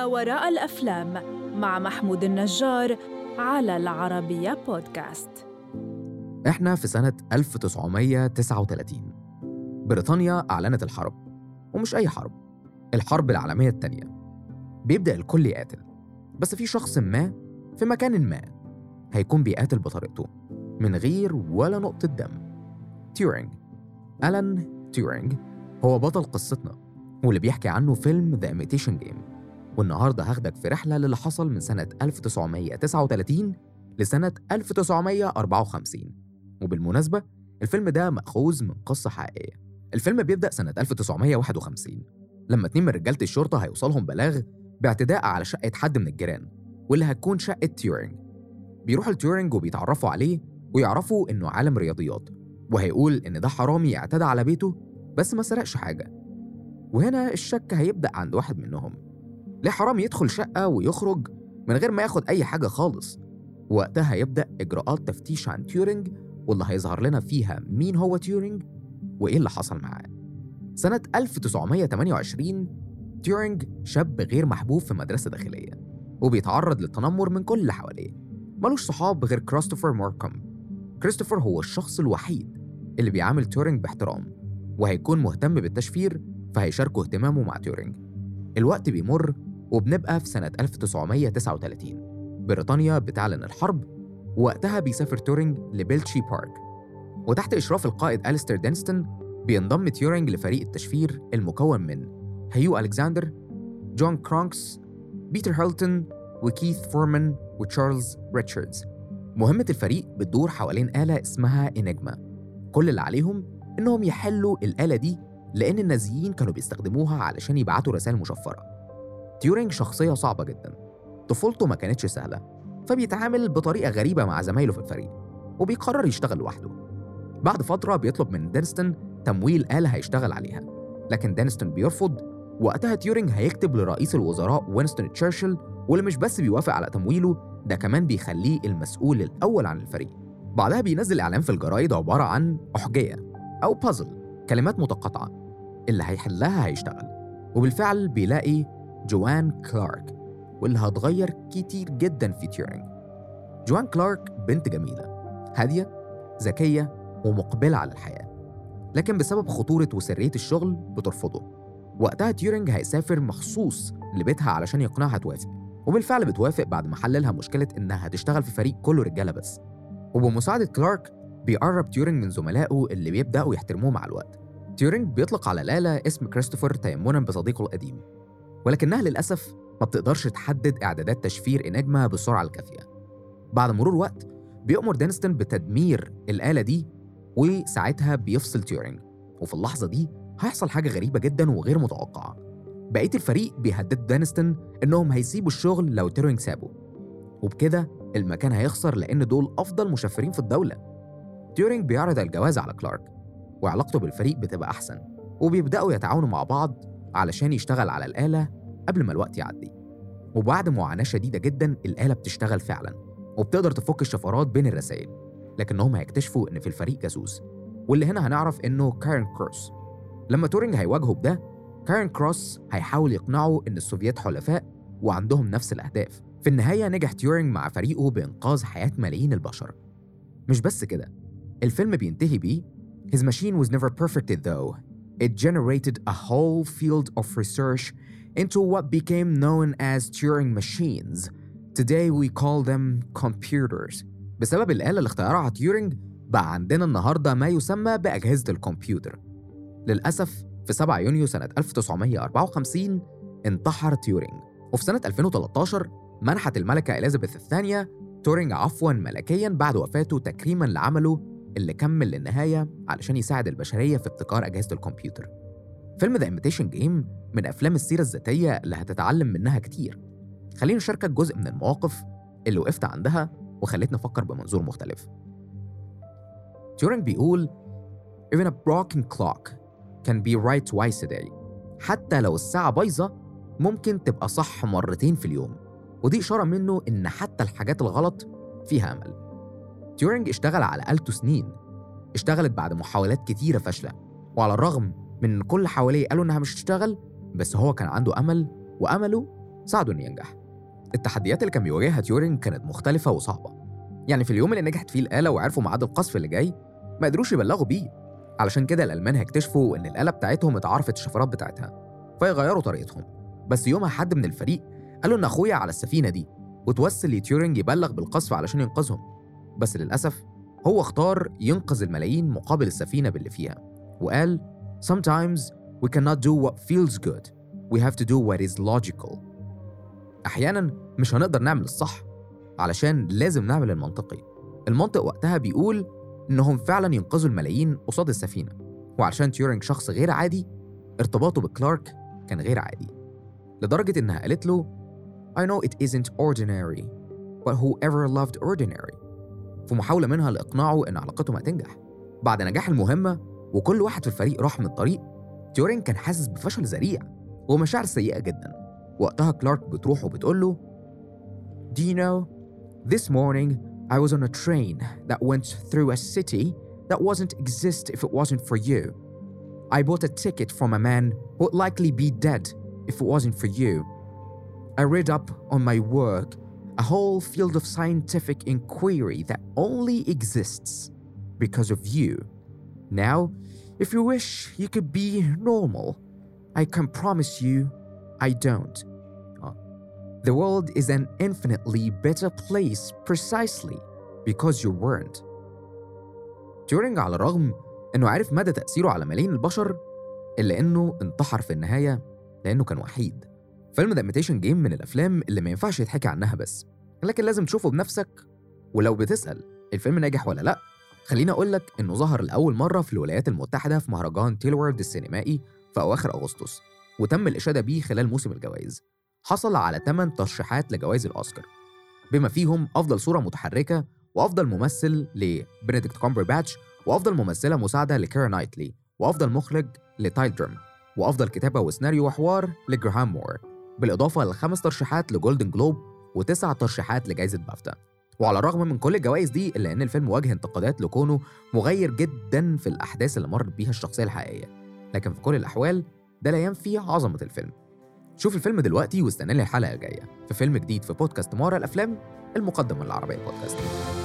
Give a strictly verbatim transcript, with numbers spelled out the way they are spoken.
ما وراء الأفلام مع محمود النجار على العربية بودكاست. إحنا في سنة ألف وتسعمية وتسعة وثلاثين. بريطانيا أعلنت الحرب، ومش أي حرب، الحرب العالمية الثانية. بيبدأ الكل يقاتل، بس في شخص ما في مكان ما هيكون بيقاتل بطريقته من غير ولا نقطة دم. تيورينج، ألان تيورينج هو بطل قصتنا واللي بيحكي عنه فيلم The Imitation Game. والنهاردة هاخدك في رحلة للي حصل من سنة ألف وتسعمية وتسعة وثلاثين لسنة ألف وتسعمية وأربعة وخمسين. وبالمناسبة الفيلم ده مأخوذ من قصة حقيقية. الفيلم بيبدأ سنة ألف وتسعمية وواحد وخمسين لما اتنين من رجالة الشرطة هيوصلهم بلاغ باعتداء على شقة حد من الجيران، واللي هتكون شقة تيورينج. بيروحوا لتيورينج وبيتعرفوا عليه ويعرفوا إنه عالم رياضيات، وهيقول إن ده حرامي اعتدى على بيته بس ما سرقش حاجة. وهنا الشك هيبدأ عند واحد منهم، ليه حرامي يدخل شقة ويخرج من غير ما ياخد أي حاجة خالص؟ وقتها هيبدأ إجراءات تفتيش عن تيورينج، واللي هيظهر لنا فيها مين هو تيورينج وإيه اللي حصل معاه. سنة ألف وتسعمية وتمانية وعشرين تيورينج شاب غير محبوب في مدرسة داخلية، وبيتعرض للتنمر من كل اللي حواليه. ملوش صحاب غير كريستوفر ماركوم. كريستوفر هو الشخص الوحيد اللي بيعامل تيورينج باحترام، وهيكون مهتم بالتشفير، فهيشاركه اهتمامه مع تيورينج. الوقت بيمر وبنبقى في سنة ألف وتسعمية وتسعة وثلاثين. بريطانيا بتعلن الحرب، ووقتها بيسافر تيورينج لبيلتشي بارك، وتحت إشراف القائد أليستر دينستون بينضم تيورينج لفريق التشفير المكون من هيو ألكساندر، جون كرونكس، بيتر هيلتون، وكيث فورمان، وتشارلز ريتشاردز. مهمة الفريق بتدور حوالين آلة اسمها إنجما. كل اللي عليهم إنهم يحلوا الآلة دي، لأن النازيين كانوا بيستخدموها علشان يبعتوا رسائل مشفرة. تيورينج شخصية صعبة جدا، طفولته ما كانتش سهلة، فبيتعامل بطريقة غريبة مع زمايله في الفريق، وبيقرر يشتغل لوحده. بعد فترة بيطلب من دينستون تمويل آلة هيشتغل عليها، لكن دينستون بيرفض. وقتها تيورينج هيكتب لرئيس الوزراء وينستون تشرشل، واللي مش بس بيوافق على تمويله، ده كمان بيخليه المسؤول الأول عن الفريق. بعدها بينزل إعلان في الجرايد عبارة عن أحجية أو بازل، كلمات متقاطعة، اللي هيحلها هيشتغل. وبالفعل بيلاقي جوان كلارك، واللي هتغير كتير جدا في تيورينج. جوان كلارك بنت جميلة، هادية، ذكية، ومقبلة على الحياة، لكن بسبب خطورة وسرية الشغل بترفضه. وقتها تيورينج هيسافر مخصوص لبيتها علشان يقنعها توافق، وبالفعل بتوافق بعد ما حللها مشكلة إنها هتشتغل في فريق كله رجالة بس. وبمساعدة كلارك بيقرب تيورينج من زملائه اللي بيبدأوا يحترموه مع الوقت. تيورينج بيطلق على الآلة اسم كريستوفر تيمناً بصديقه القديم، ولكنها للأسف ما بتقدرش تحدد إعدادات تشفير إنجما بالسرعة الكافية. بعد مرور وقت بيأمر دينستون بتدمير الآلة دي، وساعتها بيفصل تيورينج. وفي اللحظة دي هيحصل حاجة غريبة جدا وغير متوقعة. بقية الفريق بيهدد دينستون إنهم هيسيبوا الشغل لو تيورينج سابه، وبكده المكان هيخسر لأن دول أفضل مشفرين في الدولة. تيورينج بيعرض الجواز على كلارك، وعلاقته بالفريق بتبقى أحسن، وبيبدأوا يتعاونوا مع بعض علشان يشتغل على الآلة قبل ما الوقت يعدي. وبعد معاناة شديدة جدا الآلة بتشتغل فعلا، وبتقدر تفك الشفرات بين الرسائل، لكنهم هيكتشفوا إن في الفريق جاسوس، واللي هنا هنعرف إنه كارين كروس. لما تيورينج هيواجهه بده، كارين كروس هيحاول يقنعه إن السوفييت حلفاء وعندهم نفس الأهداف. في النهاية نجح تيورينج مع فريقه بإنقاذ حياة ملايين البشر. مش بس كده، الفيلم بينتهي بيه His machine was never perfected though. It generated a whole field of research into what became known as Turing machines. Today we call them computers. بسبب الآلة اللي اخترعها تيورينج بقى عندنا النهاردة ما يسمى بأجهزة الكمبيوتر. للأسف في سبعة يونيو سنة ألف وتسعمية وأربعة وخمسين انتحر تيورينج. وفي سنة ألفين وثلاثة عشر منحت الملكة إليزابيث الثانية تيورينج عفواً ملكياً بعد وفاته تكريماً لعمله اللي كمل للنهاية علشان يساعد البشرية في ابتكار أجهزة الكمبيوتر. فيلم The Imitation Game من أفلام السيرة الذاتية اللي هتتعلم منها كتير. خليني أشاركك جزء من المواقف اللي وقفت عندها وخلتني أفكر بمنظور مختلف. تيورينج بيقول Even a broken clock can be right twice a day. حتى لو الساعة بايظة ممكن تبقى صح مرتين في اليوم، ودي إشارة منه إن حتى الحاجات الغلط فيها أمل. تيورينج اشتغل على آلته سنين، اشتغلت بعد محاولات كتيرة فاشلة، وعلى الرغم من إن كل حواليه قالوا إنها مش تشتغل، بس هو كان عنده أمل، وأمله ساعده إنه ينجح. التحديات اللي كان بيواجهها تيورينج كانت مختلفة وصعبة. يعني في اليوم اللي نجحت فيه الآلة وعرفوا ميعاد القصف اللي جاي ما قدروش يبلغوا بيه. علشان كده الألمان هيكتشفوا إن الآلة بتاعتهم اتعرفت الشفرات بتاعتها فيغيروا طريقتهم. بس يومها حد من الفريق قال له إن أخويا على السفينة دي وتوسل لتيورينج يبلغ بالقصف علشان ينقذهم. بس للأسف هو اختار ينقذ الملايين مقابل السفينة باللي فيها، وقال Sometimes we cannot do what feels good. We have to do what is logical. أحياناً مش هنقدر نعمل الصح علشان لازم نعمل المنطقي. المنطق وقتها بيقول إنهم فعلاً ينقذوا الملايين قصاد السفينة. وعلشان تيورينج شخص غير عادي، ارتباطه بكلارك كان غير عادي، لدرجة إنها قالت له I know it isn't ordinary, but whoever loved ordinary. في محاولة منها لإقناعه إن علاقتهم هتنجح. بعد نجاح المهمة وكل واحد في الفريق راح من الطريق، تيورينج كان حاسس بفشل ذريع ومشاعر سيئة جدا. وقتها كلارك بتروح وبتقول له Do you know, this morning I was on a train that went through a city that wasn't exist if it wasn't for you. I bought a ticket from a man who would likely be dead if it wasn't for you. I read up on my work, a whole field of scientific inquiry that only exists because of you. Now, if you wish you could be normal, I can promise you I don't. Uh, the world is an infinitely better place precisely because you weren't. تيورينج على الرغم إنه عارف مدى تأثيره على ملايين البشر، إلا إنه انتحر في النهاية لأنه كان وحيد. فيلم The Imitation Game من الأفلام اللي ما ينفعش يتحكي عنها بس، لكن لازم تشوفه بنفسك. ولو بتسأل الفيلم ناجح ولا لأ، خليني أقولك إنه ظهر لأول مرة في الولايات المتحدة في مهرجان تيلورد السينمائي في أواخر أغسطس، وتم الإشادة بيه خلال موسم الجوائز. حصل على ثمانية ترشيحات لجوائز الأوسكار، بما فيهم أفضل صورة متحركة، وأفضل ممثل لبنديكت كامبرباتش، وأفضل ممثلة مساعدة لكيرا نايتلي، وأفضل مخرج لتايل، وأفضل كتابة وسيناريو وحوار لجراهام مور، بالإضافة لخمس ترشيحات لجولدن جلوب وتسع ترشيحات لجائزة بافتا. وعلى الرغم من كل الجوائز دي، إلا إن الفيلم واجه انتقادات لكونه مغير جداً في الأحداث اللي مرت بيها الشخصية الحقيقية، لكن في كل الأحوال ده لا ينفي عظمة الفيلم. شوف الفيلم دلوقتي واستنى لي الحلقة الجاية في فيلم جديد في بودكاست مارا الأفلام المقدم من العربية بودكاست.